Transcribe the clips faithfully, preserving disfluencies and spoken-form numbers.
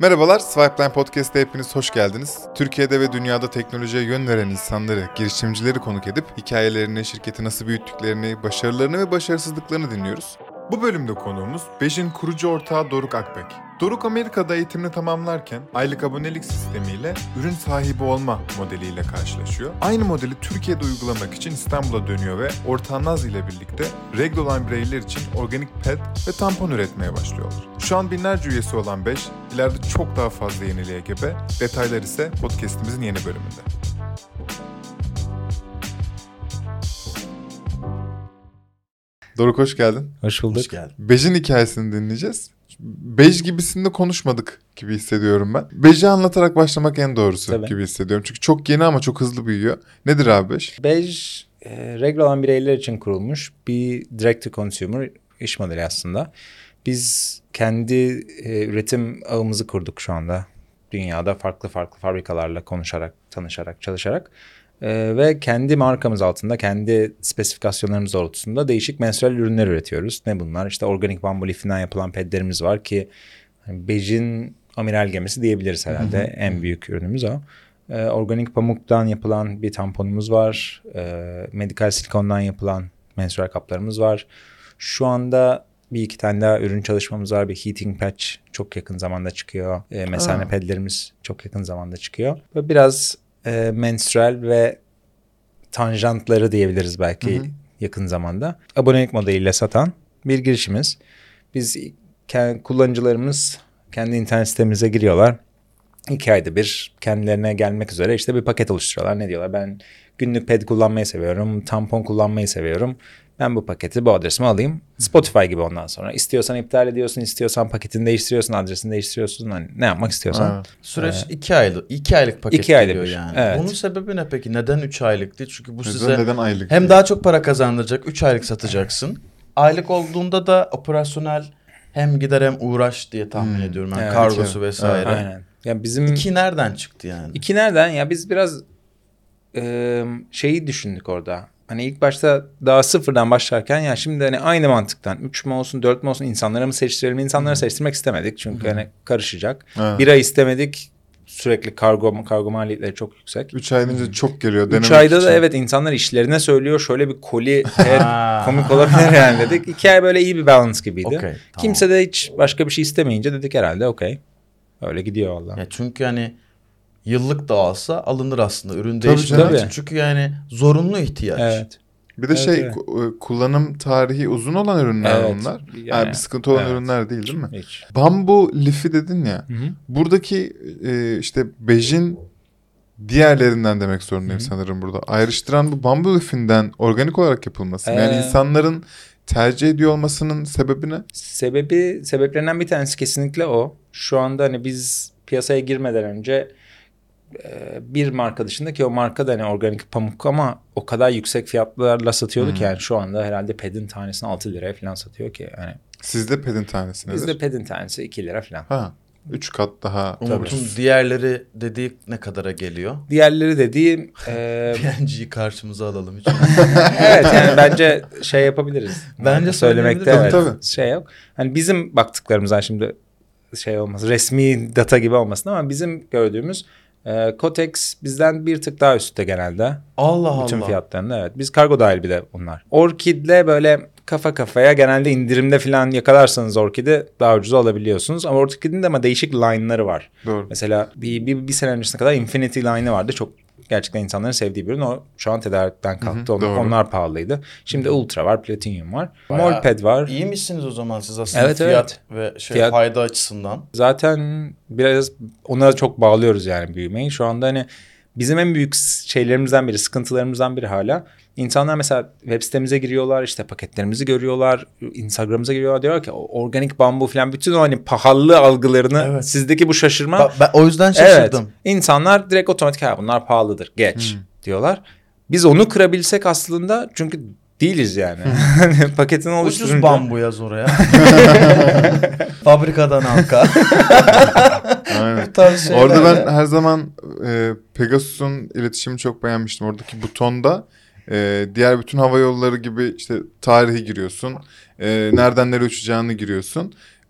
Merhabalar, Swipeline Podcast'te hepiniz hoş geldiniz. Türkiye'de ve dünyada teknolojiye yön veren insanları, girişimcileri konuk edip hikayelerini, şirketi nasıl büyüttüklerini, başarılarını ve başarısızlıklarını dinliyoruz. Bu bölümde konuğumuz Bej'in kurucu ortağı Doruk Akbek. Doruk Amerika'da eğitimini tamamlarken aylık abonelik sistemiyle ürün sahibi olma modeliyle karşılaşıyor. Aynı modeli Türkiye'de uygulamak için İstanbul'a dönüyor ve ortağı Naz ile birlikte regl olan bireyler için organik ped ve tampon üretmeye başlıyorlar. Şu an binlerce üyesi olan Bej, ileride çok daha fazla yeniliğe gebe. Detaylar ise podcast'imizin yeni bölümünde. Doruk hoş geldin. Hoş bulduk. Hoş geldin. Bej'in hikayesini dinleyeceğiz. Bej gibisinde konuşmadık gibi hissediyorum ben. Bej'i anlatarak başlamak en doğrusu Tabii. gibi hissediyorum. Çünkü çok yeni ama çok hızlı büyüyor. Nedir abi Bej? Bej, e, regl olan bireyler için kurulmuş bir direct to consumer iş modeli aslında. Biz kendi e, üretim ağımızı kurduk şu anda. Dünyada farklı farklı fabrikalarla konuşarak, tanışarak, çalışarak. E, ve kendi markamız altında, kendi spesifikasyonlarımız doğrultusunda değişik menstrual ürünler üretiyoruz. Ne bunlar? İşte organik bambu lifinden yapılan pedlerimiz var ki hani Bej'in amiral gemisi diyebiliriz herhalde. Hı hı. En büyük ürünümüz o. Ee, organik pamuktan yapılan bir tamponumuz var. Ee, medikal silikondan yapılan menstrual kaplarımız var. Şu anda bir iki tane daha ürün çalışmamız var. Bir heating patch çok yakın zamanda çıkıyor. Ee, mesane Aa. pedlerimiz çok yakın zamanda çıkıyor. Ve biraz e, menstrual ve tanjantları diyebiliriz belki hı hı. yakın zamanda. Abonelik modeliyle satan bir girişimiz. Biz kendi, kullanıcılarımız kendi internet sitemize giriyorlar. İki ayda bir kendilerine gelmek üzere işte bir paket oluşturuyorlar. Ne diyorlar? Ben günlük ped kullanmayı seviyorum. Tampon kullanmayı seviyorum. Ben bu paketi bu adresime alayım. Spotify gibi ondan sonra. İstiyorsan iptal ediyorsun. İstiyorsan paketini değiştiriyorsun. Adresini değiştiriyorsun. Hani ne yapmak istiyorsan. Ha. Süreç ee, iki aylık. iki aylık paket iki geliyor yani. Evet. Bunun sebebi ne peki? Neden üç aylık değil? Çünkü bu neden, size neden aylık hem değil? Daha çok para kazandıracak. üç aylık satacaksın. Aylık olduğunda da operasyonel hem gider hem uğraş diye tahmin hmm. ediyorum. Yani evet, kargosu evet. vesaire. Evet, aynen. Yani bizim İki nereden çıktı yani? İki nereden? Ya biz biraz e, şeyi düşündük orada. Hani ilk başta daha sıfırdan başlarken ya şimdi hani aynı mantıktan üç mü olsun dört mü olsun insanlara mı seçtirelim? İnsanlara hmm. seçtirmek istemedik. Çünkü hmm. hani karışacak. Evet. Bir ay istemedik. Sürekli kargo kargo maliyetleri çok yüksek. Üç ay önce hmm. çok geliyor. Üç ayda için. Da evet insanlar işlerine söylüyor. Şöyle bir koli komik olabilir yani dedik. İki ay böyle iyi bir balance gibiydi. Okay, tamam. Kimse de hiç başka bir şey istemeyince dedik herhalde okey. Öyle gidiyor vallahi. Ya çünkü hani yıllık da alsa alınır aslında ürün değiştirmek için. Çünkü yani zorunlu ihtiyaç. Evet. Bir de evet, şey evet. kullanım tarihi uzun olan ürünler evet. onlar. Yani, yani bir sıkıntı olan evet. ürünler değil değil mi? Hiç. Bambu lifi dedin ya. Hı-hı. Buradaki e, işte Bej'in diğerlerinden demek zorundayım Hı-hı. sanırım burada. Ayrıştıran bu bambu lifinden organik olarak yapılması. Ee... Yani insanların tercih ediyor olmasının sebebi ne? Sebebi sebeplerinden bir tanesi kesinlikle o. Şu anda hani biz piyasaya girmeden önce e, bir marka dışında ki o marka da hani organik pamuk ama o kadar yüksek fiyatlarla satıyordu hmm. ki yani şu anda herhalde pedin tanesini altı liraya falan satıyor ki yani. Sizde pedin tanesi nedir? Bizde pedin tanesi iki lira falan. Ha. Üç kat daha. Umut'un diğerleri dediği ne kadara geliyor? Diğerleri dediğim... E... P and G'yi karşımıza alalım. Hiç. Evet yani bence şey yapabiliriz. Bence söylemekte evet. Tabii, tabii. Şey yok. Hani bizim baktıklarımızdan şimdi şey olmaz. Resmi data gibi olmasın ama bizim gördüğümüz e, Kotex bizden bir tık daha üstte genelde. Allah Allah. Bütün fiyatlarında evet. Biz kargo dahil bir de bunlar. Orkid'le böyle kafa kafaya genelde indirimde falan yakalarsanız Orkid'i daha ucuza alabiliyorsunuz. Ama Orkid'in de ama değişik line'ları var. Doğru. Mesela bir, bir, bir sene öncesine kadar Infinity line'ı vardı. Çok gerçekten insanların sevdiği bir ürün. O şu an tedarikten kalktı. Hı hı, onlar, onlar pahalıydı. Şimdi hı. Ultra var, Platinum var. Molped var. İyi misiniz o zaman siz aslında evet, fiyat evet. ve şey fiyat, fayda açısından? Zaten biraz onlara çok bağlıyoruz yani büyümeyi. Şu anda hani bizim en büyük şeylerimizden biri, sıkıntılarımızdan biri hala. İnsanlar mesela web sitemize giriyorlar, işte paketlerimizi görüyorlar, Instagram'ımıza giriyorlar, diyorlar ki organik bambu falan bütün o hani pahalı algılarını evet. sizdeki bu şaşırma. Ba- ben o yüzden şaşırdım. Evet, insanlar direkt otomatik ha bunlar pahalıdır geç hmm. diyorlar. Biz onu kırabilsek aslında çünkü değiliz yani. Paketini oluşturunca. Ucuz bambu yaz oraya. Fabrikadan halka. Aynen. Orada ben her zaman e, Pegasus'un iletişimini çok beğenmiştim. Oradaki butonda e, diğer bütün hava yolları gibi işte tarihi giriyorsun. E, nereden nereye uçacağını giriyorsun.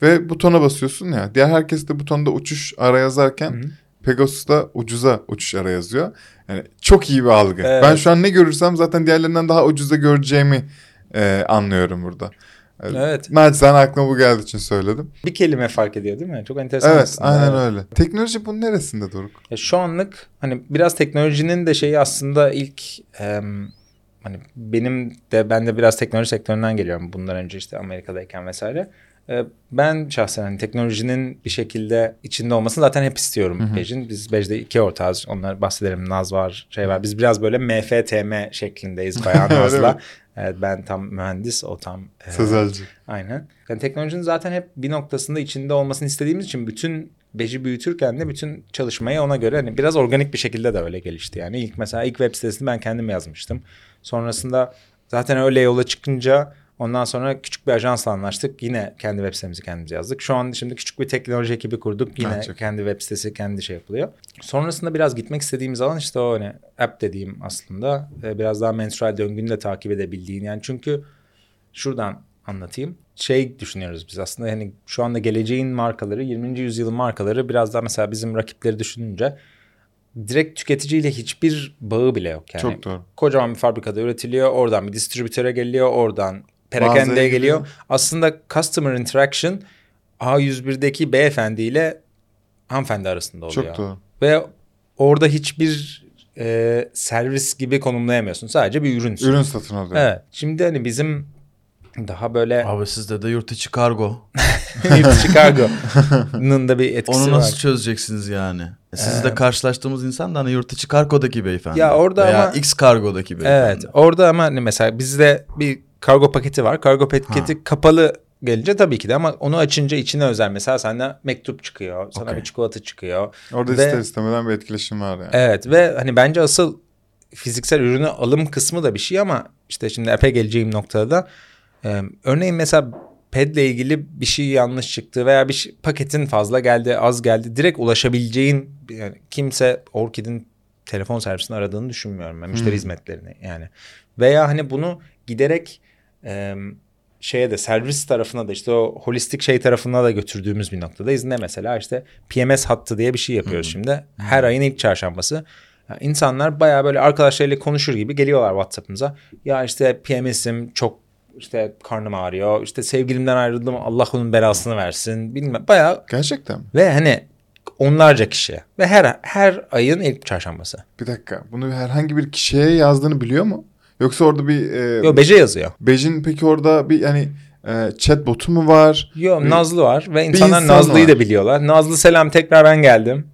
ve butona basıyorsun ya. Diğer herkes de butonda uçuş ara yazarken Hı-hı. Pegasus'ta ucuza uçuş ara yazıyor. Yani çok iyi bir algı. Evet. Ben şu an ne görürsem zaten diğerlerinden daha ucuza göreceğimi e, anlıyorum burada. Evet. Naçizane aklıma bu geldiği için söyledim. Bir kelime fark ediyor değil mi? Çok enteresan evet, aslında. Aynen evet, aynen öyle. Teknoloji bunun neresinde Doruk? Ya şu anlık hani biraz teknolojinin de şeyi aslında ilk e, hani benim de ben de biraz teknoloji sektöründen geliyorum. Bundan önce işte Amerika'dayken vesaire. E, ben şahsen hani teknolojinin bir şekilde içinde olmasını zaten hep istiyorum Bej'in. Biz Bej'de iki ortağız. Onları bahsedelim. Naz var, şey var. Biz biraz böyle M F T M şeklindeyiz bayağı Naz'la. Evet, ben tam mühendis, o tam e, sözelci. Aynen. Yani teknolojinin zaten hep bir noktasında içinde olmasını istediğimiz için bütün Bej'i büyütürken de bütün çalışmayı ona göre hani biraz organik bir şekilde de öyle gelişti. Yani ilk mesela ilk web sitesini ben kendim yazmıştım. Sonrasında zaten öyle yola çıkınca ondan sonra küçük bir ajansla anlaştık. Yine kendi web sitemizi kendimiz yazdık. Şu an şimdi küçük bir teknoloji ekibi kurduk. Yine evet, kendi web sitesi, kendi şey yapılıyor. Sonrasında biraz gitmek istediğimiz alan işte o hani app dediğim aslında. Biraz daha menstrual döngünü de takip edebildiğin. Yani çünkü şuradan anlatayım. Şey düşünüyoruz biz aslında hani şu anda geleceğin markaları, yirminci yüzyılın markaları biraz daha mesela bizim rakipleri düşününce direkt tüketiciyle hiçbir bağı bile yok. Yani çok doğru. Kocaman bir fabrikada üretiliyor. Oradan bir distribütöre geliyor. Oradan perakendeye geliyor. Aslında customer interaction A yüz birdeki beyefendiyle hanımefendi arasında oluyor. Çok doğru. Ve orada hiçbir e, servis gibi konumlayamıyorsun. Sadece bir ürünsün. Ürün satın alıyor. Evet. Şimdi hani bizim daha böyle... Abi sizde de yurt içi kargo. Yurt içi kargonun da bir etkisi var. Onu nasıl var. Çözeceksiniz yani? Sizle ee, karşılaştığımız insan da hani yurt içi kargodaki beyefendi. Ya orada veya ama... X kargodaki beyefendi. Evet. Orada ama hani mesela bizde bir kargo paketi var. Kargo paketi ha. kapalı gelince tabii ki de ama onu açınca içine özel. Mesela senden mektup çıkıyor. Sana okay. bir çikolata çıkıyor. Orada ve, ister istemeden bir etkileşim var yani. Evet ve hani bence asıl fiziksel ürünü alım kısmı da bir şey ama işte şimdi app'e geleceğim noktada da Ee, örneğin mesela pedle ilgili bir şey yanlış çıktı veya bir şey, paketin fazla geldi, az geldi. Direkt ulaşabileceğin yani kimse Orkid'in telefon servisini aradığını düşünmüyorum ben. Müşteri hmm. hizmetlerini yani. Veya hani bunu giderek e, şeye de servis tarafına da işte o holistik şey tarafına da götürdüğümüz bir noktadayız. Ne mesela işte P M S hattı diye bir şey yapıyoruz hmm. şimdi. Her hmm. ayın ilk çarşambası. Yani insanlar bayağı böyle arkadaşlarıyla konuşur gibi geliyorlar WhatsApp'ımıza. Ya işte P M S'im çok İşte karnım ağrıyor. İşte sevgilimden ayrıldım. Allah onun belasını versin. Bilmem. Bayağı. Gerçekten mi? Ve hani onlarca kişi. Ve her her ayın ilk çarşambası. Bir dakika. Bunu herhangi bir kişiye yazdığını biliyor mu? Yoksa orada bir... E, Yok Bej'e yazıyor. Bej'in peki orada bir hani e, chat botu mu var? Yok Nazlı var. Ve insanlar insan Nazlı'yı var. Da biliyorlar. Nazlı selam tekrar ben geldim.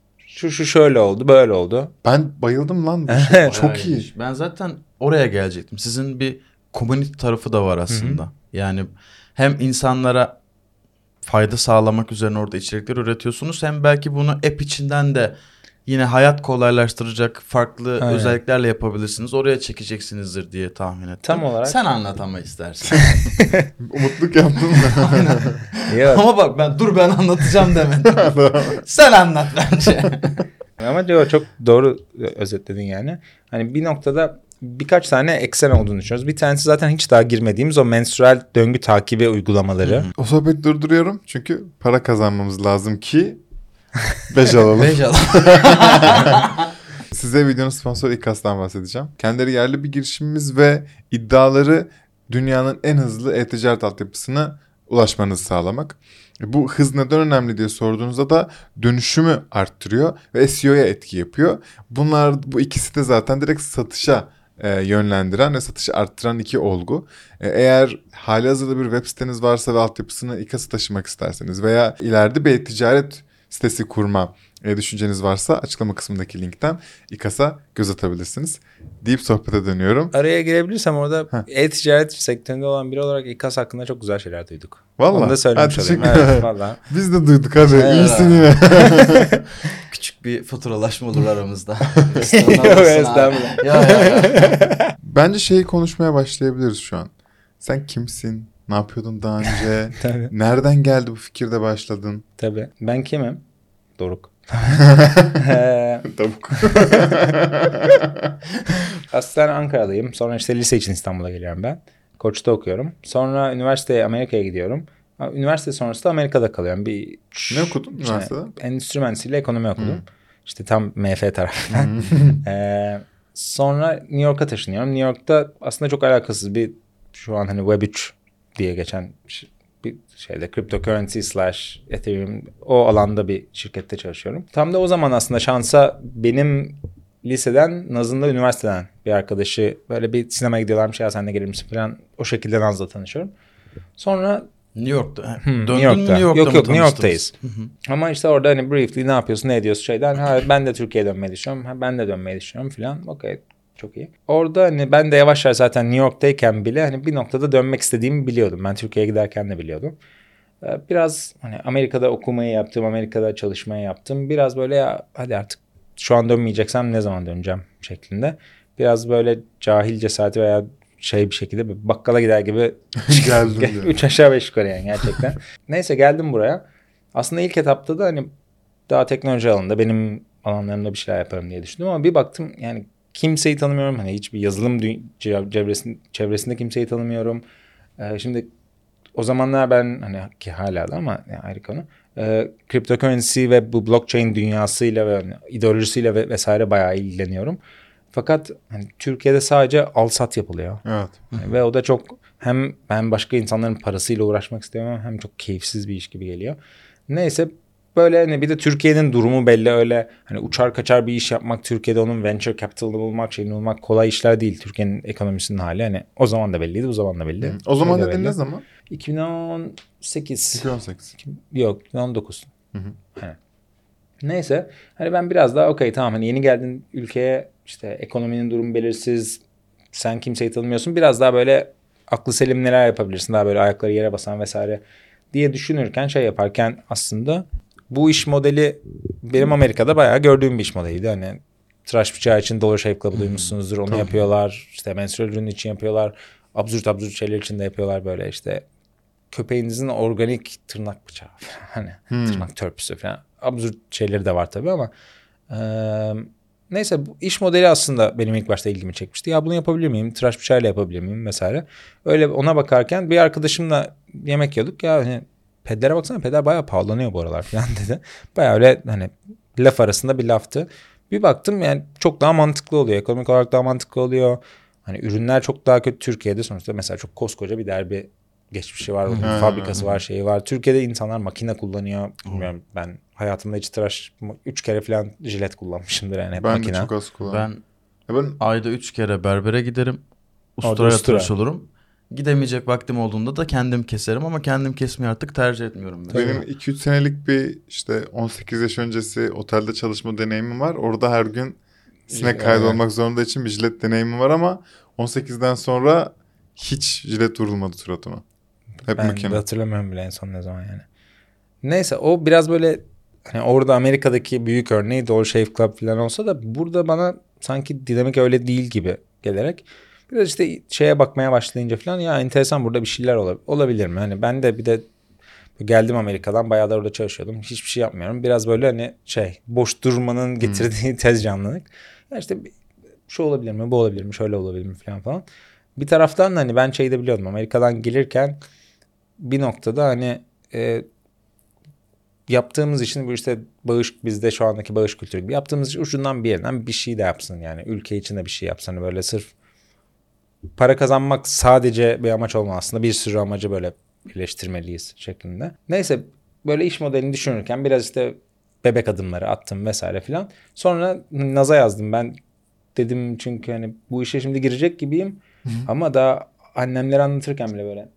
Şu şu şöyle oldu böyle oldu. Ben bayıldım lan. Bu şey. Çok iyi. Ben zaten oraya gelecektim. Sizin bir community tarafı da var aslında. Hı hı. Yani hem insanlara fayda sağlamak üzerine orada içerikler üretiyorsunuz. Hem belki bunu app içinden de yine hayat kolaylaştıracak farklı aynen. özelliklerle yapabilirsiniz. Oraya çekeceksinizdir diye tahmin ettim. Tam olarak. Sen anlat ama istersen. Umutluk yaptın mı? Aynen. Ama bak ben dur ben anlatacağım demedim. Sen anlat bence. Ama diyor çok doğru özetledin yani. Hani bir noktada birkaç tane eksen olduğunu düşünüyoruz. Bir tanesi zaten hiç daha girmediğimiz o menstrual döngü takibi uygulamaları. Hı hı. O sohbeti durduruyorum çünkü para kazanmamız lazım ki Bej alalım. Bej alalım. Size videonun sponsoru İKAS'tan bahsedeceğim. Kendileri yerli bir girişimimiz ve iddiaları dünyanın en hızlı e-ticaret altyapısına ulaşmanızı sağlamak. Bu hız neden önemli diye sorduğunuzda da dönüşümü arttırıyor ve S E O'ya etki yapıyor. Bunlar bu ikisi de zaten direkt satışa e, yönlendiren ve satışı arttıran iki olgu. E, eğer halihazırda bir web siteniz varsa ve altyapısını İKAS'a taşımak isterseniz veya ileride bir ticaret sitesi kurma e, düşünceniz varsa açıklama kısmındaki linkten İKAS'a göz atabilirsiniz deyip sohbete dönüyorum. Araya girebilirsem orada e-ticaret sektöründe olan biri olarak İKAS hakkında çok güzel şeyler duyduk. Vallahi. Onu da söylemiş olayım. Evet, vallahi. Biz de duyduk hadi. Evet. İyisin yine. Küçük bir faturalaşma olur aramızda. Yok estağfurullah. Ya, ya, ya. Bence şeyi konuşmaya başlayabiliriz şu an. Sen kimsin? Ne yapıyordun daha önce? Nereden geldi bu fikirde başladın? Tabii. Ben kimim? Doruk. Tavuk. Aslen Ankara'dayım. Sonra işte lise için İstanbul'a geliyorum ben. Koç'ta okuyorum. Sonra üniversiteye Amerika'ya gidiyorum. Üniversite sonrası da Amerika'da kalıyorum. Bir ne okudun işte, üniversitede? Endüstri mühendisliğiyle ekonomi okudum. Hmm. İşte tam M F tarafından. ee, sonra New York'a taşınıyorum. New York'ta aslında çok alakasız bir şu an hani Web üç diye geçen bir şeyde cryptocurrency slash Ethereum o alanda bir şirkette çalışıyorum. Tam da o zaman aslında şansa benim liseden Naz'ın da üniversiteden bir arkadaşı böyle bir sinemaya gidiyorlarmış ya sen de gelir misin falan o şekilde Naz'la tanışıyorum. Sonra New York'ta. Hmm, New York'ta. New York'ta. Yok yok New York'tayız. Hı hı. Ama işte orada hani briefly ne yapıyorsun ne ediyorsun şeyden ha ben de Türkiye'ye dönmeyi düşünüyorum. Ha ben de dönmeyi düşünüyorum falan. Okey çok iyi. Orada hani ben de yavaş yavaş zaten New York'tayken bile hani bir noktada dönmek istediğimi biliyordum. Ben Türkiye'ye giderken de biliyordum. Biraz hani Amerika'da okumayı yaptım, Amerika'da çalışmayı yaptım. Biraz böyle ya hadi artık şu an dönmeyeceksem ne zaman döneceğim şeklinde. Biraz böyle cahil cesareti veya şey bir şekilde bir bakkala gider gibi geldim. Üç aşağı beş yukarı yani gerçekten. Neyse geldim buraya. Aslında ilk etapta da hani daha teknoloji alanında benim alanlarımda bir şeyler yaparım diye düşündüm ama bir baktım yani kimseyi tanımıyorum. Hani hiçbir yazılım çevresinde, çevresinde kimseyi tanımıyorum. Ee, şimdi o zamanlar ben hani ki hala da ama yani ayrı konu. E, cryptocurrency ve bu blockchain dünyasıyla ve yani, ideolojisiyle ve vesaire bayağı ilgileniyorum. Fakat hani Türkiye'de sadece al sat yapılıyor. Evet. Yani, ve o da çok hem ben başka insanların parasıyla uğraşmak istemiyorum hem çok keyifsiz bir iş gibi geliyor. Neyse böyle hani bir de Türkiye'nin durumu belli öyle hani uçar kaçar bir iş yapmak Türkiye'de onun venture capital'ını bulmak şeyini bulmak kolay işler değil. Türkiye'nin ekonomisinin hali hani o zaman da belliydi bu zaman da belli. Hı. O zaman şey dedin ne zaman? iki bin on sekiz. iki bin on sekiz. Yok iki bin on dokuz. Hı hı. Hani. Neyse hani ben biraz daha okey tamam hani yeni geldin ülkeye işte ekonominin durumu belirsiz sen kimseyi tanımıyorsun biraz daha böyle aklı selim neler yapabilirsin daha böyle ayakları yere basan vesaire diye düşünürken şey yaparken aslında bu iş modeli benim Amerika'da bayağı gördüğüm bir iş modeliydi hani tıraş bıçağı için Dollar Shave Club'ı duymuşsunuzdur onu yapıyorlar işte menstrual ürün için yapıyorlar absürt absürt şeyler için de yapıyorlar böyle işte köpeğinizin organik tırnak bıçağı falan hani hmm. tırnak törpüsü falan absürt şeyleri de var tabii ama e, neyse bu iş modeli aslında benim ilk başta ilgimi çekmişti. Ya bunu yapabilir miyim? Tıraş bıçağıyla yapabilir miyim? Vesaire. Öyle ona bakarken bir arkadaşımla yemek yiyorduk. Ya hani pedlere baksana peder bayağı pahalanıyor bu aralar falan dedi. Bayağı öyle hani laf arasında bir laftı. Bir baktım yani çok daha mantıklı oluyor. Ekonomik olarak daha mantıklı oluyor. Hani ürünler çok daha kötü Türkiye'de sonuçta mesela çok koskoca bir derbi geçmişi var. Hmm. Fabrikası var, şeyi var. Türkiye'de insanlar makine kullanıyor. Bilmiyorum ben hayatımda hiç tıraş üç kere falan jilet kullanmışımdır yani hep ben makine. Ben de çok az kullanıyorum. Ben, ben ayda üç kere berbere giderim. Usturaya tıraş olurum. Gidemeyecek vaktim olduğunda da kendim keserim ama kendim kesmeyi artık tercih etmiyorum. Mesela. Benim iki üç senelik bir işte on sekiz yaş öncesi otelde çalışma deneyimim var. Orada her gün sinek kaydolmak evet. zorunda için bir jilet deneyimim var ama on sekizden sonra hiç jilet vurulmadı suratıma. Hep ben makine. de hatırlamıyorum bile en son ne zaman yani. Neyse o biraz böyle hani orada Amerika'daki büyük örneği Dollar Shave Club falan olsa da burada bana sanki dinamik öyle değil gibi gelerek biraz işte şeye bakmaya başlayınca falan ya enteresan burada bir şeyler olab- olabilir mi? Hani ben de bir de geldim Amerika'dan bayağı da orada çalışıyordum. Hiçbir şey yapmıyorum. Biraz böyle hani şey boş durmanın getirdiği hmm. tez canlılık. Ya işte şu olabilir mi? Bu olabilir mi? Şöyle olabilir mi? Falan falan. Bir taraftan da hani ben şeyi de biliyordum. Amerika'dan gelirken bir noktada hani e, yaptığımız işin bu işte bağış bizde şu andaki bağış kültürü gibi yaptığımız iş ucundan bir yerinden bir şey de yapsın yani ülke içinde bir şey yapsın hani böyle sırf para kazanmak sadece bir amaç olmaz aslında bir sürü amacı böyle birleştirmeliyiz şeklinde. Neyse böyle iş modelini düşünürken biraz işte bebek adımları attım vesaire filan. Sonra Naz'a yazdım ben dedim çünkü hani bu işe şimdi girecek gibiyim Hı-hı. ama daha annemlere anlatırken bile böyle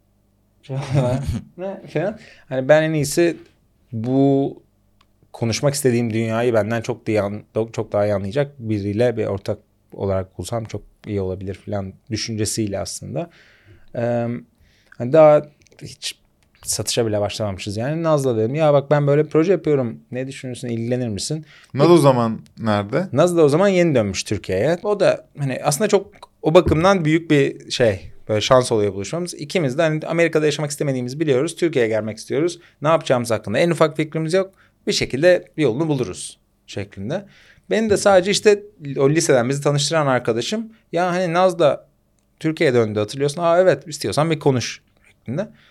ne falan. Hani ben en iyisi bu konuşmak istediğim dünyayı benden çok daha, çok daha iyi anlayacak biriyle bir ortak olarak bulsam çok iyi olabilir falan düşüncesiyle aslında. Ee, hani daha hiç satışa bile başlamamışız. Yani Naz'la dedim ya bak ben böyle bir proje yapıyorum. Ne düşünüyorsun? İlgilenir misin? Naz o zaman nerede? Naz da o zaman yeni dönmüş Türkiye'ye. O da hani aslında çok o bakımdan büyük bir şey. Böyle şans oluyor buluşmamız. İkimiz de hani Amerika'da yaşamak istemediğimizi biliyoruz. Türkiye'ye gelmek istiyoruz. Ne yapacağımız hakkında en ufak fikrimiz yok. Bir şekilde bir yolunu buluruz şeklinde. Benim de sadece işte o liseden bizi tanıştıran arkadaşım ya hani Naz da Türkiye'ye döndü hatırlıyorsun. Aa evet istiyorsan bir konuş şeklinde.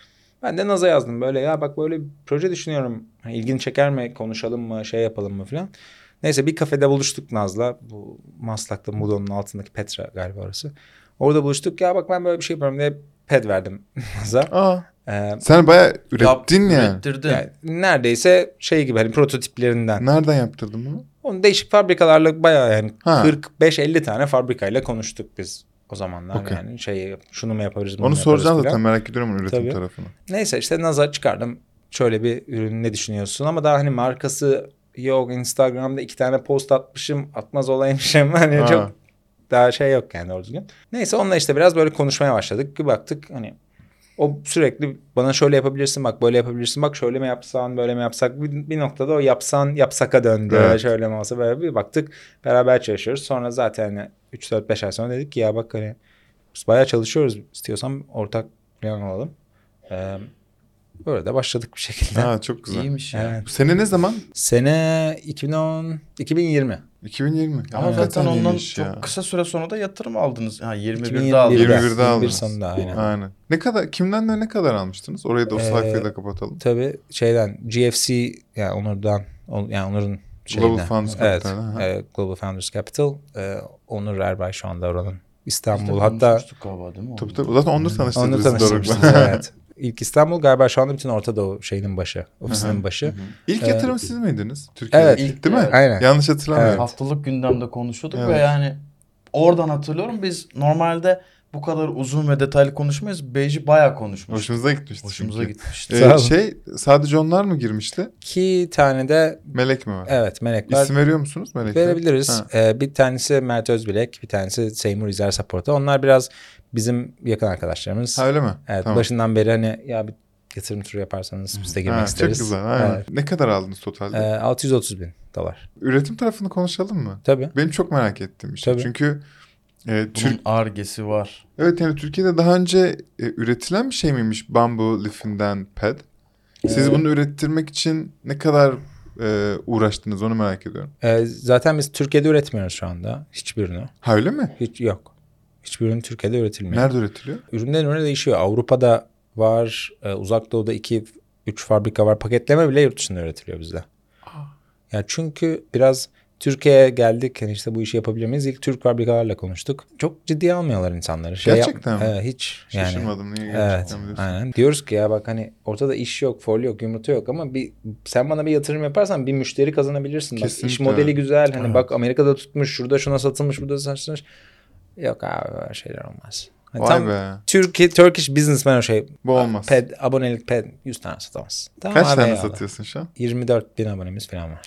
Ben de Naz'a yazdım böyle ya bak böyle bir proje düşünüyorum. Hani ilgini çeker mi, konuşalım mı, şey yapalım mı falan. Neyse bir kafede buluştuk Naz'la. Bu Maslak'ta Mudo'nun altındaki Petra galiba orası. Orada buluştuk ya bak ben böyle bir şey yapıyorum diye ped verdim Naz'a. Aa. Ee, Sen bayağı ürettin ya. Yani. yani. Neredeyse şey gibi hani prototiplerinden. Nereden yaptırdın bunu? Onu değişik fabrikalarla bayağı yani ha. kırk beş elli tane fabrikayla konuştuk biz o zamanlar. Okay. Yani şey şunu mu yapabiliriz bunu Onu mu soracağım zaten falan. Merak ediyorum üretim Tabii. tarafını. Neyse işte Naz'a çıkardım. Şöyle bir ürün ne düşünüyorsun ama daha hani markası yok. Instagram'da iki tane post atmışım. Atmaz olaymışım. Hani ha. çok daha şey yok yani doğru düzgün. Neyse onunla işte biraz böyle konuşmaya başladık. Bir baktık hani o sürekli bana şöyle yapabilirsin bak böyle yapabilirsin bak şöyle mi yapsan böyle mi yapsak bir, bir noktada o yapsan yapsaka döndü evet. şöyle mi olsa böyle bir baktık beraber çalışıyoruz sonra zaten hani üç dört beş ay sonra dedik ki ya bak hani biz bayağı çalışıyoruz istiyorsan ortak plan olalım. Ee, böyle de başladık bir şekilde. Ha çok güzel. İyiymiş ya. Evet. Sene ne zaman? Sene iki bin on iki bin yirmi iki bin yirmi Ama evet. zaten ondan çok ya. kısa süre sonra da yatırım aldınız. Ha yirmi birde aldınız. yirmi birde aldınız. yirmi bir sonunda aynen. Aynen. Ne kadar kimden de ne kadar almıştınız? Orayı da o sayfayı ee, da kapatalım. Tabii şeyden G F C yani Onur'dan yani Onur'un şeyinden. Global Founders evet, Capital. E, Global Founders Capital. E, Onur Erbay şu anda oranın İstanbul hatta. Galiba, değil mi? Tabii tabii. Zaten Onur tanıştırdı. Onur tanıştırmıştınız evet. İlk İstanbul galiba şu anda bütün Orta Doğu şeyinin başı, ofisinin Hı-hı. başı. Hı-hı. İlk yatırım ee, siz miydiniz? Türkiye'de evet, ilk değil mi? Evet. Aynen. Yanlış hatırlamıyorum. Evet. Haftalık gündemde konuşuyorduk evet. ve yani oradan hatırlıyorum biz normalde bu kadar uzun ve detaylı konuşmayız. Beyci bayağı konuşmuştuk. Hoşumuza gitmişti. Hoşumuza çünkü. gitmişti. Ee, şey sadece onlar mı girmişti? İki tane de Melek mi var? Evet Melek var. İsim veriyor musunuz Melek'e? Verebiliriz. Ee, bir tanesi Mert Özbilek, bir tanesi Seymour İzer Saporta. Onlar biraz bizim yakın arkadaşlarımız. Ha öyle mi? Evet tamam. Başından beri hani ya bir yatırım turu yaparsanız biz de girmek ha, isteriz. Çok güzel. Evet. Ne kadar aldınız totalde? Ee, altı yüz otuz bin dolar. Üretim tarafını konuşalım mı? Tabii. Benim çok merak ettiğim bir şey. Tabii. Çünkü e, bunun Türk... Ar-Ge'si var. Evet yani Türkiye'de daha önce e, üretilen bir şey miymiş bambu lifinden ped? Siz bunu ürettirmek için ne kadar e, uğraştınız onu merak ediyorum. E, zaten biz Türkiye'de üretmiyoruz şu anda hiçbir ürünü. Ha öyle mi? Hiç yok. Hiçbir ürün Türkiye'de üretilmiyor. Nerede üretiliyor? Üründen ürüne değişiyor. Avrupa'da var, e, Uzak Doğu'da iki, üç fabrika var. Paketleme bile yurt dışında üretiliyor bizde. Aa. Yani çünkü biraz Türkiye'ye geldik. Yani işte bu işi yapabilir miyiz? İlk Türk fabrikalarla konuştuk. Çok ciddiye almıyorlar insanları. Şey gerçekten yap- mi? E, hiç. Şaşırmadım. Yani, niye gerçekten evet, aynen. Diyoruz ki ya bak hani ortada iş yok, folyo yok, yumurta yok ama bir sen bana bir yatırım yaparsan bir müşteri kazanabilirsin. Bak, iş modeli güzel. Hani evet. Bak Amerika'da tutmuş, şurada şuna satılmış, burada satılmış. Yok abi böyle şeyler olmaz. Yani Vay tam be. Türkiye, Turkish businessman o şey. Bu olmaz. Ped, abonelik ped yüz tane satamaz. Tamam, kaç tane satıyorsun şu an? yirmi dört bin abonemiz falan var.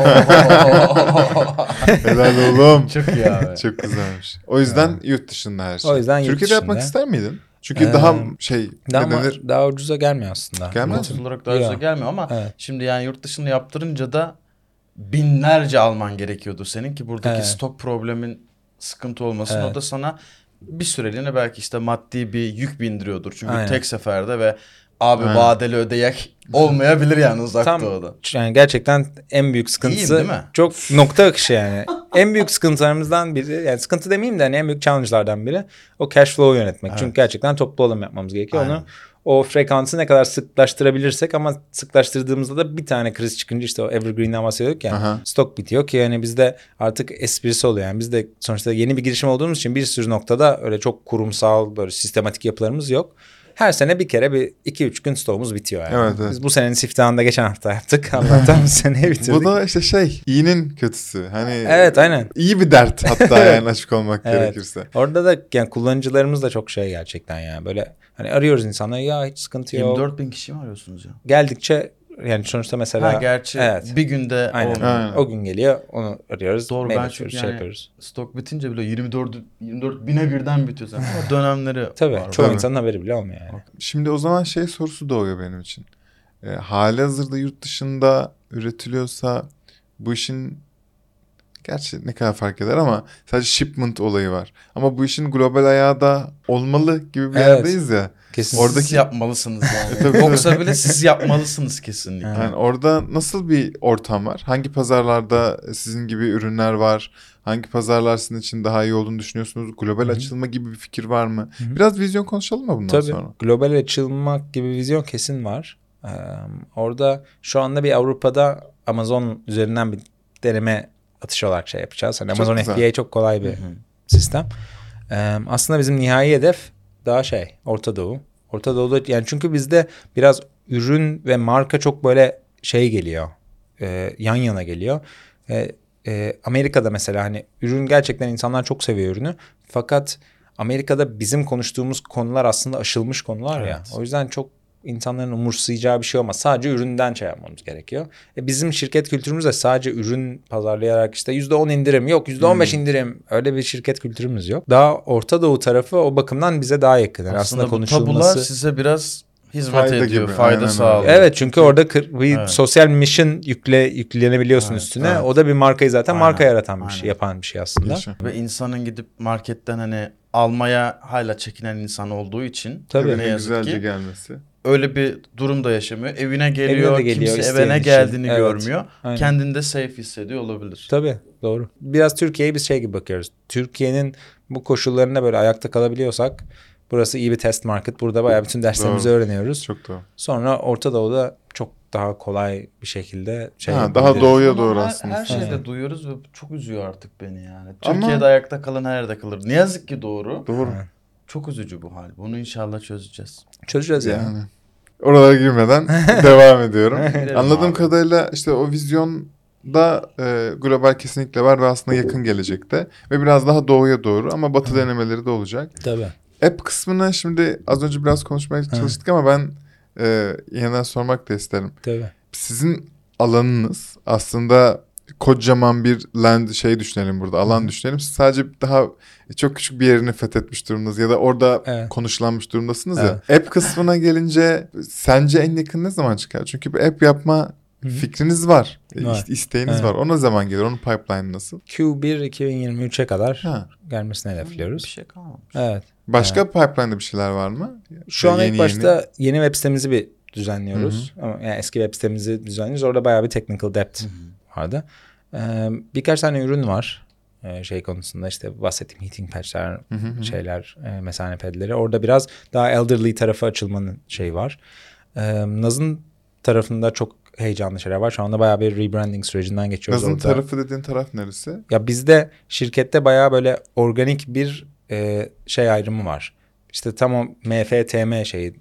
Helal oğlum. Çok iyi abi. Çok güzelmiş. O yüzden evet. yurt dışında her şey. O yüzden Türkiye'de dışında. yapmak ister miydin? Çünkü ee, daha şey daha, ne denir? Daha ucuza gelmiyor aslında. Gelmez mi? olarak daha ucuza gelmiyor ama evet. Şimdi yani yurt dışında yaptırınca da binlerce alman gerekiyordu senin ki buradaki evet. stok problemin sıkıntı olmasın. Evet. O da sana bir süreliğine belki işte maddi bir yük bindiriyordur. Çünkü aynen. Tek seferde ve abi aynen. vadeli ödeyek olmayabilir yani Uzak Tam, Doğu'da. Yani gerçekten en büyük sıkıntısı İyiyim, değil mi? Çok nokta akışı yani. En büyük sıkıntılarımızdan biri yani sıkıntı demeyeyim de hani en büyük challenge'lardan biri o cash flow yönetmek. Evet. Çünkü gerçekten toplu alım yapmamız gerekiyor. Aynen. Onu o frekansı ne kadar sıklaştırabilirsek ama sıklaştırdığımızda da bir tane kriz çıkınca işte o evergreen'den bahsediyorduk ya yani, stok bitiyor ki yani bizde artık esprisi oluyor. Yani bizde sonuçta yeni bir girişim olduğumuz için bir sürü noktada öyle çok kurumsal böyle sistematik yapılarımız yok. Her sene bir kere bir iki üç gün stoğumuz bitiyor yani. Evet, evet. Biz bu senenin siftahında geçen hafta yaptık. Allah'tan bu seneye bitirdik. Bu da işte şey iyinin kötüsü. Hani evet aynen. İyi bir dert hatta yani açık olmak evet. gerekirse. Orada da yani kullanıcılarımız da çok şey gerçekten yani böyle hani arıyoruz insanları ya hiç sıkıntı yok. yirmi dört bin kişi mi arıyorsunuz ya? Geldikçe yani sonuçta mesela. Ha gerçi evet. bir günde aynen. Aynen. O gün geliyor onu arıyoruz. Doğru ben çünkü şey yani yapıyoruz. Stok bitince bile yirmi dört bine birden bitiyor zaten. O dönemleri tabii var. çoğu Tabii. insanın haberi bile olmuyor yani. Şimdi o zaman şey sorusu doğuyor benim için. E, halihazırda yurt dışında üretiliyorsa bu işin Gerçi ne kadar fark eder ama sadece shipment olayı var. Ama bu işin global ayağı da olmalı gibi bir evet. yerdeyiz ya. Kesin oradaki... siz yapmalısınız yani. Yoksa bile siz yapmalısınız kesinlikle. Yani orada nasıl bir ortam var? Hangi pazarlarda sizin gibi ürünler var? Hangi pazarlar sizin için daha iyi olduğunu düşünüyorsunuz? Global Hı-hı. açılma gibi bir fikir var mı? Hı-hı. Biraz vizyon konuşalım mı bundan Tabii, sonra? Tabii. Global açılmak gibi bir vizyon kesin var. Ee, orada şu anda bir Avrupa'da Amazon üzerinden bir deneme atışı olarak şey yapacağız. Hani Amazon F B A çok kolay bir Hı-hı. sistem. Ee, aslında bizim nihai hedef daha şey Orta Doğu. Orta Doğu'da yani çünkü bizde biraz ürün ve marka çok böyle şey geliyor. E, yan yana geliyor. E, e, Amerika'da mesela hani ürün gerçekten insanlar çok seviyor ürünü. Fakat Amerika'da bizim konuştuğumuz konular aslında aşılmış konular evet. ya. O yüzden çok insanların umursayacağı bir şey olmaz. Sadece üründen şey yapmamız gerekiyor. E bizim şirket kültürümüz de sadece ürün pazarlayarak işte yüzde on indirim yok, yüzde on beş hmm. indirim. Öyle bir şirket kültürümüz yok. Daha Orta Doğu tarafı o bakımdan bize daha yakın. Yani aslında, aslında bu tabular size biraz hizmet fayda ediyor, gibi. Fayda sağlıyor. Evet çünkü orada kır, bir evet. sosyal mission yükle yüklenebiliyorsun evet, üstüne. Evet. O da bir markayı zaten Aynen. marka yaratan bir Aynen. şey, yapan bir şey aslında. Yaşa. Ve insanın gidip marketten hani almaya hala çekinen insan olduğu için Tabii. ne yazık güzelce ki gelmesi. Öyle bir durum da yaşamıyor. Evine geliyor, Evine geliyor kimse evine geldiğini şey. görmüyor. Evet. Kendini de safe hissediyor olabilir. Tabii doğru. Biraz Türkiye'ye biz şey gibi bakıyoruz. Türkiye'nin bu koşullarında böyle ayakta kalabiliyorsak burası iyi bir test market. Burada bayağı bütün derslerimizi doğru. öğreniyoruz. Çok doğru. Sonra Orta Doğu'da çok daha kolay bir şekilde şey ha, daha doğuya doğru her, aslında. Her şeyde evet. duyuyoruz ve çok üzüyor artık beni yani. Türkiye'de Ama... ayakta kalın her yerde kalır. Ne yazık ki doğru. Doğru. Ha. Çok üzücü bu hal. Bunu inşallah çözeceğiz. Çözeceğiz yani. yani. Oralara girmeden devam ediyorum. Anladığım abi. kadarıyla işte o vizyonda e, global kesinlikle var ve aslında yakın gelecekte. Ve biraz daha doğuya doğru ama batı Hı. denemeleri de olacak. Tabii. App kısmına şimdi az önce biraz konuşmaya çalıştık Hı. ama ben e, yeniden sormak da isterim. Tabii. Sizin alanınız aslında kocaman bir land şey düşünelim burada alan Hı. düşünelim. Siz sadece daha çok küçük bir yerini fethetmiş durumdasınız ya da orada evet. konuşlanmış durumdasınız evet. ya. App kısmına gelince sence en yakın ne zaman çıkar? Çünkü bir app yapma Hı-hı. fikriniz var. var. İsteğiniz evet. var. O ne zaman gelir? Onun pipeline nasıl? Q bir iki bin yirmi üçe kadar ha. gelmesini hedefliyoruz. Bir şey kalmamış. Evet. Başka evet. pipeline'da bir şeyler var mı? Şu an yeni, ilk başta yeni... yeni web sitemizi bir düzenliyoruz. Ama yani eski web sitemizi düzenliyoruz. Orada bayağı bir technical debt Hı-hı. vardı. Ee, birkaç tane ürün var. Ee, şey konusunda işte bahsettiğim heating patch'ler, Hı-hı. şeyler, e, mesane pedleri. Orada biraz daha elderly tarafı açılmanın şeyi var. Ee, Naz'ın tarafında çok heyecanlı şeyler var. Şu anda bayağı bir rebranding sürecinden geçiyoruz Naz'ın orada. tarafı dediğin taraf neresi? Ya bizde şirkette bayağı böyle organik bir e, şey ayrımı var. İşte tam o M F T M şeyi.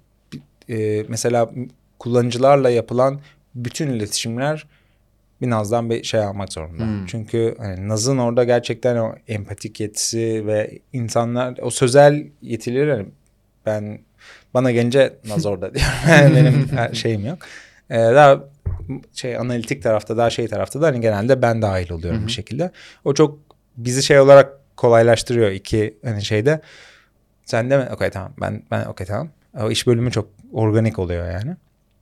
E, mesela kullanıcılarla yapılan bütün iletişimler bir Naz'dan bir şey almak zorunda. Hmm. Çünkü hani Naz'ın orada gerçekten o empatik yetisi ve insanlar o sözel yetileri hani ben bana gelince Naz orada diyorum. Benim şeyim yok. Ee, daha şey analitik tarafta daha şey tarafta da hani genelde ben dahil oluyorum Hı-hı. bir şekilde. O çok bizi şey olarak kolaylaştırıyor iki hani şeyde. Sen de mi? Okey tamam. Ben ben okey tamam. O iş bölümü çok organik oluyor yani.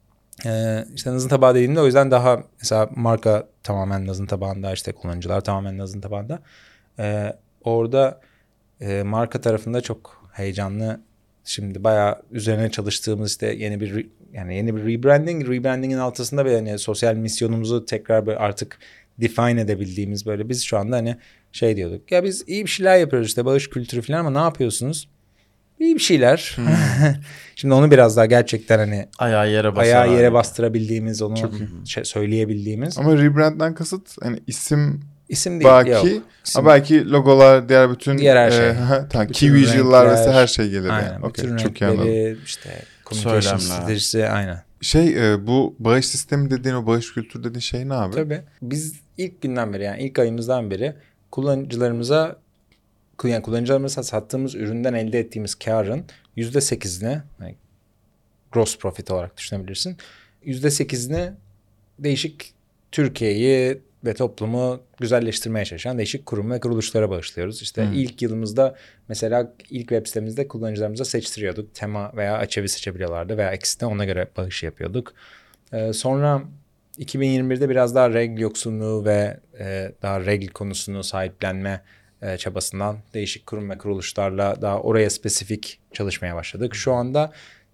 Ee, işte Naz'ın tabağı dediğimde o yüzden daha mesela marka tamamen Naz'ın tabağında işte kullanıcılar tamamen Naz'ın tabağında. Ee, orada e, marka tarafında çok heyecanlı. Şimdi bayağı üzerine çalıştığımız işte yeni bir yani yeni bir rebranding, rebranding'in altısında bir hani sosyal misyonumuzu tekrar böyle artık define edebildiğimiz böyle biz şu anda hani şey diyorduk. Ya biz iyi bir şeyler yapıyoruz işte bağış kültürü falan ama ne yapıyorsunuz? İyi bir şeyler. Hmm. Şimdi onu biraz daha gerçekten hani ayağı yere, ayağı yere bastırabildiğimiz, onu şey, söyleyebildiğimiz. Ama rebrand'den kasıt hani isim İsim değil. Belki, yok. İsim. belki logolar, diğer bütün diğer her şey. E, tamam, key visual'lar vesaire her şey gelir. Aynen. Yani. Bütün okay, çok renkleri, işte communication stratejisi aynen. Şey e, bu bağış sistemi dediğin o bağış kültürü dediğin şey ne abi? Tabii. Biz ilk günden beri yani ilk ayımızdan beri kullanıcılarımıza yani kullanıcılarımıza sattığımız üründen elde ettiğimiz karın yüzde sekizini yani gross profit olarak düşünebilirsin. Yüzde sekizini değişik Türkiye'yi ve toplumu güzelleştirmeye çalışan değişik kurum ve kuruluşlara bağışlıyoruz. İşte hmm. ilk yılımızda mesela ilk web sitemizde kullanıcılarımıza seçtiriyorduk. Tema veya açevi seçebiliyorlardı veya ikisine ona göre bağış yapıyorduk. Ee, sonra iki bin yirmi birde biraz daha regl yoksunluğu ve e, daha regl konusunu sahiplenme e, çabasından değişik kurum ve kuruluşlarla daha oraya spesifik çalışmaya başladık. Şu anda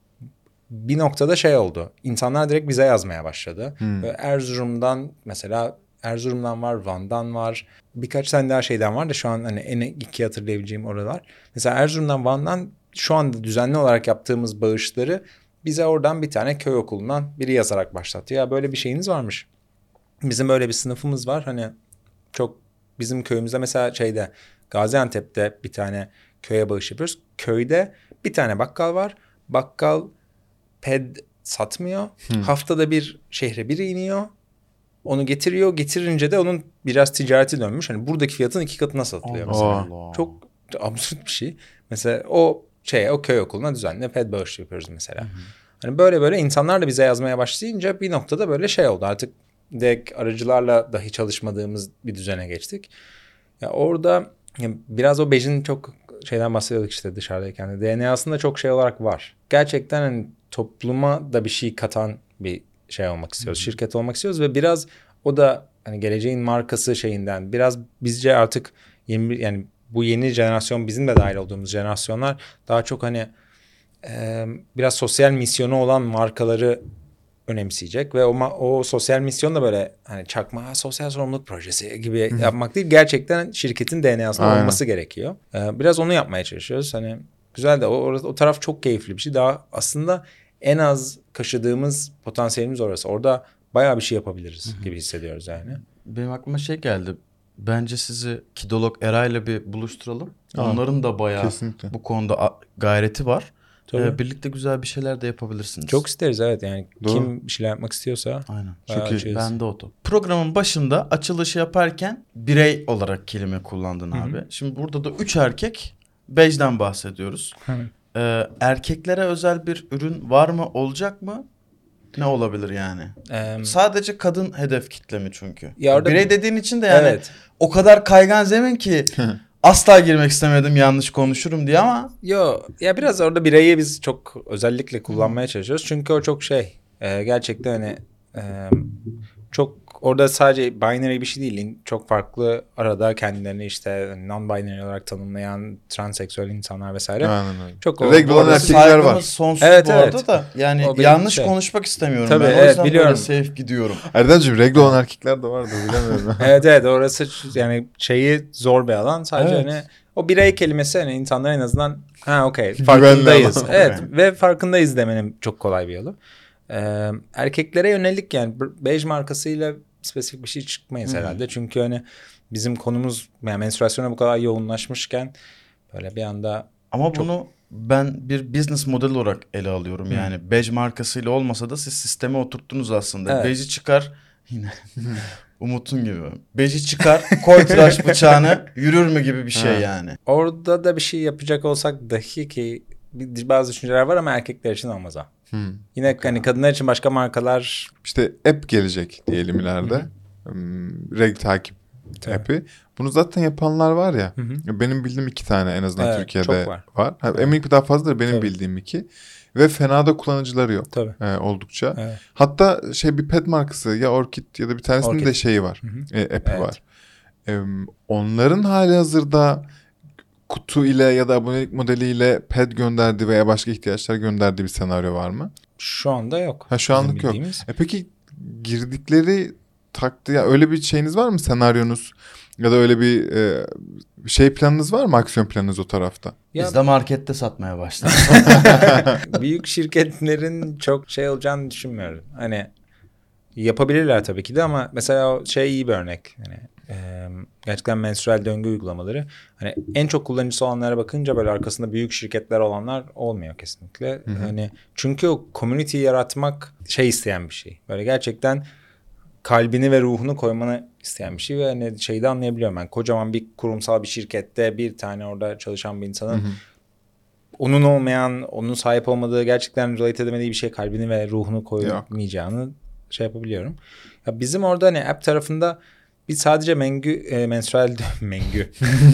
bir noktada şey oldu. İnsanlar direkt bize yazmaya başladı. Hmm. Ve Erzurum'dan mesela Erzurum'dan var, Van'dan var. Birkaç tane daha şeyden var da şu an hani en iki hatırlayabileceğim oralar. Mesela Erzurum'dan, Van'dan şu anda düzenli olarak yaptığımız bağışları bize oradan bir tane köy okulundan biri yazarak başlattı. Ya böyle bir şeyiniz varmış. Bizim böyle bir sınıfımız var. Hani çok bizim köyümüzde mesela şeyde Gaziantep'te bir tane köye bağış yapıyoruz. Köyde bir tane bakkal var. Bakkal ped satmıyor. Hmm. Haftada bir şehre biri iniyor. Onu getiriyor. Getirince de onun biraz ticareti dönmüş. Hani buradaki fiyatın iki katına satılıyor mesela. Allah. Çok absürt bir şey. Mesela o şey o köy okuluna düzenli ped bağışı yapıyoruz mesela. Hı hı. Hani böyle böyle insanlar da bize yazmaya başlayınca bir noktada böyle şey oldu. Artık direkt aracılarla dahi çalışmadığımız bir düzene geçtik. Ya orada ya biraz o Bej'in çok şeyden bahsediyorduk işte dışarıdayken. D N A'sında çok şey olarak var. Gerçekten hani topluma da bir şey katan bir şey olmak istiyoruz. Hı. Şirket olmak istiyoruz ve biraz o da hani geleceğin markası şeyinden biraz bizce artık yeni yani bu yeni jenerasyon bizim de dahil olduğumuz jenerasyonlar daha çok hani e, biraz sosyal misyonu olan markaları önemseyecek ve o, o sosyal misyon da böyle hani çakma sosyal sorumluluk projesi gibi Hı. yapmak değil. Gerçekten şirketin D N A'sında olması gerekiyor. E, biraz onu yapmaya çalışıyoruz. Hani güzel de o, o taraf çok keyifli bir şey. Daha aslında en az kaşıdığımız potansiyelimiz orası. Orada bayağı bir şey yapabiliriz Hı. gibi hissediyoruz yani. Benim aklıma şey geldi. Bence sizi Kidolog Eray'la bir buluşturalım. Aa, onların da bayağı kesinlikle bu konuda gayreti var. Ee, birlikte güzel bir şeyler de yapabilirsiniz. Çok isteriz evet yani. Doğru. Kim bir şeyler yapmak istiyorsa. Aynen. Çünkü ben de o top. Programın başında açılışı yaparken birey olarak kelime kullandın Hı-hı. abi. Şimdi burada da üç erkek Bej'den bahsediyoruz. Ee, erkeklere özel bir ürün var mı, olacak mı? Ne olabilir yani? Ee, Sadece kadın hedef kitle mi çünkü? Ya birey dediğin için de yani evet. O kadar kaygan zemin ki asla girmek istemedim yanlış konuşurum diye ama. Yo ya biraz orada bireyi biz çok özellikle kullanmaya çalışıyoruz. Çünkü o çok şey e, gerçekten hani e, çok orada sadece binary bir şey değil. Çok farklı arada kendilerini işte non-binary olarak tanımlayan transseksüel insanlar vesaire. Aynen öyle. Çok regl olan erkekler var. Sonsuz evet, bu evet. arada da yani yanlış şey. konuşmak istemiyorum. Tabii, ben. Evet, o yüzden biliyorum. böyle safe gidiyorum. Erdemciğim regl olan erkekler de vardı bilemiyorum. evet evet orası yani şeyi zor bir alan. Sadece evet. hani o birey kelimesi hani insanlar en azından ha okey farkındayız. evet ve farkındayız demenin çok kolay bir yolu. Ee, erkeklere yönelik yani Bej markasıyla spesifik bir şey çıkmayız hmm. herhalde. Çünkü hani bizim konumuz yani menstruasyona bu kadar yoğunlaşmışken böyle bir anda ama çok... bunu ben bir business model olarak ele alıyorum. Hmm. Yani Bej markasıyla olmasa da siz sisteme oturttunuz aslında. Evet. Bej'i çıkar yine Umut'un gibi. Bej'i çıkar koy tıraş bıçağını yürür mü gibi bir şey ha. yani. Orada da bir şey yapacak olsak dahi ki bazı düşünceler var ama erkekler için olmaz ha. Hmm. Yine okay. hani kadınlar için başka markalar işte app gelecek diyelim ileride. Hmm. Regl takip Tabii. app'i. Bunu zaten yapanlar var ya. Hı-hı. Benim bildiğim iki tane en azından evet, Türkiye'de var. var. Evet. Eminim ki daha fazladır benim Tabii. bildiğim iki. Ve fena da kullanıcıları yok. Tabii. E, oldukça. Evet. Hatta şey bir pet markası ya Orchid ya da bir tanesinin Orchid. de şeyi var. E, app'i evet. var. E, onların hali hazırda kutu ile ya da abonelik modeliyle ped gönderdiği veya başka ihtiyaçlar gönderdiği bir senaryo var mı? Şu anda yok. Ha şu anlık yok. E peki girdikleri taktı ya öyle bir şeyiniz var mı senaryonuz ya da öyle bir e, şey planınız var mı aksiyon planınız o tarafta? Ya, Biz de markette satmaya başladık. Büyük şirketlerin çok şey olacağını düşünmüyorum. Hani yapabilirler tabii ki de ama mesela o şey iyi bir örnek. Hani Ee, gerçekten menstrual döngü uygulamaları hani en çok kullanıcısı olanlara bakınca böyle arkasında büyük şirketler olanlar olmuyor kesinlikle. Hı hı. Hani çünkü o community yaratmak şey isteyen bir şey. Böyle gerçekten kalbini ve ruhunu koymanı isteyen bir şey ve hani şeyi de anlayabiliyorum ben. Kocaman bir kurumsal bir şirkette bir tane orada çalışan bir insanın hı hı. onun olmayan, onun sahip olmadığı gerçekten relate edemediği bir şey kalbini ve ruhunu koymayacağını Yok. şey yapabiliyorum. Ya bizim orada hani app tarafında biz sadece mengü, e, menstrual mengü.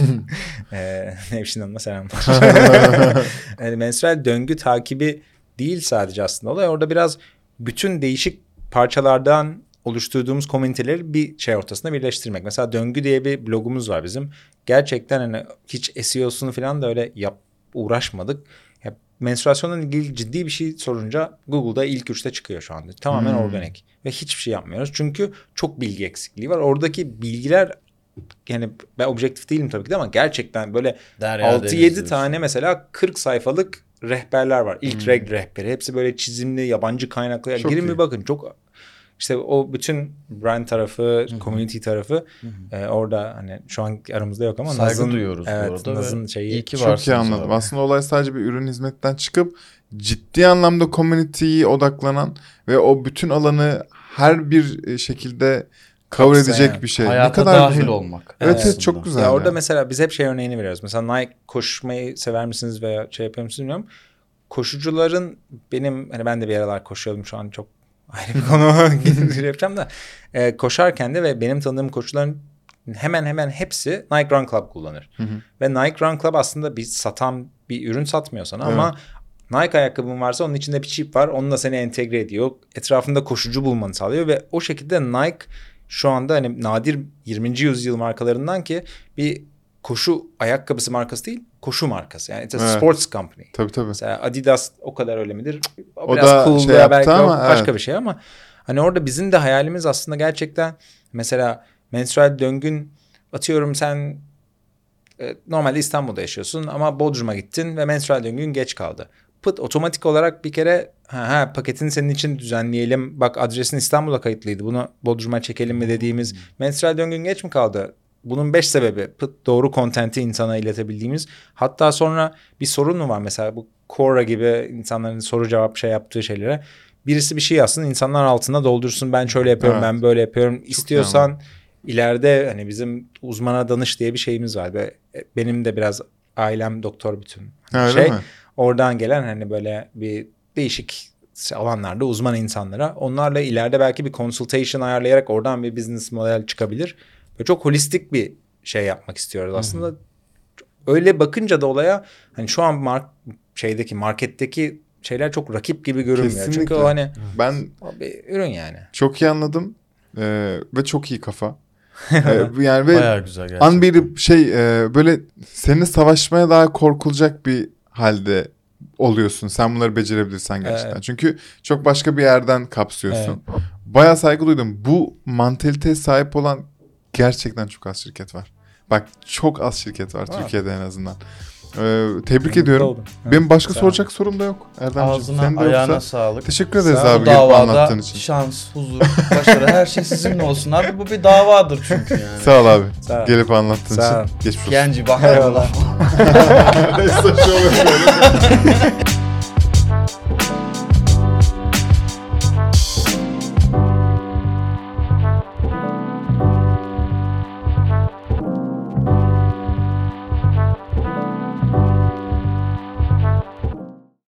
e, Nevşin Hanım'a selamlar. yani menstrual döngü takibi değil sadece aslında olay. Orada biraz bütün değişik parçalardan oluşturduğumuz komüniteleri bir şey ortasında birleştirmek. Mesela Döngü diye bir blogumuz var bizim. Gerçekten hani hiç S E O'sunu falan da öyle yap, uğraşmadık. Ya, menstruasyonla ilgili ciddi bir şey sorunca Google'da ilk üçte çıkıyor şu anda. Tamamen hmm. organik. Ve hiçbir şey yapmıyoruz. Çünkü çok bilgi eksikliği var. Oradaki bilgiler, yani ben objektif değilim tabii ki de ama gerçekten böyle altı yedi tane mesela kırk sayfalık rehberler var. İlk hmm. reg rehberi. Hepsi böyle çizimli, yabancı kaynaklı. Yani girin bir bakın. Çok işte o bütün brand tarafı, Hı-hı. community tarafı e, orada hani şu an aramızda yok ama saygı Naz'ın, duyuyoruz evet, bu arada. Naz'ın şeyi. İyi ki çok iyi anladım. Abi. Aslında olay sadece bir ürün hizmetten çıkıp ciddi anlamda community'ye odaklanan ve o bütün alanı her bir şekilde cover edecek yani bir şey. Hayata ne kadar dahil güzel. olmak. Evet, evet çok güzel. Ya ya. orada mesela biz hep şey örneğini veriyoruz. Mesela Nike koşmayı sever misiniz veya şey yapıyor musunuz bilmiyorum. Koşucuların benim hani ben de bir aralar koşuyordum, şu an çok ayrı bir konu yapacağım da e, koşarken de ve benim tanıdığım koşucuların hemen hemen hepsi Nike Run Club kullanır. Hı hı. Ve Nike Run Club aslında bir satan bir ürün satmıyor sana, evet. Ama Nike ayakkabın varsa onun içinde bir çip var. Onunla seni entegre ediyor. Etrafında koşucu bulmanı sağlıyor ve o şekilde Nike şu anda hani nadir yirminci yüzyıl markalarından ki bir koşu ayakkabısı markası değil, koşu markası. Yani it's a evet. sports company. Tabii tabii. Mesela Adidas o kadar öyle midir? O, o biraz da cool şey veya belki ama, başka evet. bir şey ama hani orada bizim de hayalimiz aslında gerçekten mesela menstrual döngün, atıyorum sen e, normalde İstanbul'da yaşıyorsun ama Bodrum'a gittin ve menstrual döngün geç kaldı. Pıt otomatik olarak bir kere ha, ha paketini senin için düzenleyelim. Bak adresin İstanbul'a kayıtlıydı. Bunu Bodrum'a çekelim mi dediğimiz. Hmm. Menstrual döngün geç mi kaldı? Bunun beş sebebi. Pıt doğru kontenti insana iletebildiğimiz. Hatta sonra bir sorun mu var mesela bu Quora gibi insanların soru cevap şey yaptığı şeylere. Birisi bir şey yazsın, insanlar altına doldursun. Ben şöyle yapıyorum, evet. Ben böyle yapıyorum. Çok İstiyorsan yani. İleride hani bizim uzmana danış diye bir şeyimiz var. Ve benim de biraz ailem doktor bütün Öyle şey. Mi? Oradan gelen hani böyle bir değişik alanlarda uzman insanlara, onlarla ileride belki bir consultation ayarlayarak oradan bir business model çıkabilir. Ve çok holistik bir şey yapmak istiyoruz aslında. Hı-hı. Öyle bakınca da olaya hani şu an mark şeydeki marketteki şeyler çok rakip gibi görünmüyor. Kesinlikle. Çünkü o hani ben o bir ürün yani. Çok iyi anladım ee, ve çok iyi kafa. ee, yani ve bayağı güzel gerçekten. An bir şey e, böyle seninle savaşmaya daha korkulacak bir halde oluyorsun. Sen bunları becerebilirsen gerçekten. Evet. Çünkü çok başka bir yerden kapsıyorsun. Evet. Bayağı saygı duydum. Bu mantaliteye sahip olan gerçekten çok az şirket var. Bak çok az şirket var, ha. Türkiye'de en azından. Ee, tebrik ben ediyorum. Benim başka tamam. soracak sorum da yok. Erdemciğim, ağzına ayağına yoksa, sağlık. Teşekkür ederiz Sağ abi gelip anlattığın için. Şans, huzur, başarı her şey sizinle olsun abi. Bu bir davadır çünkü yani. Sağ ol abi. Sağ gelip anlattığın Sağ için. Geçmiş olsun. Genci bakar. Eyvallah.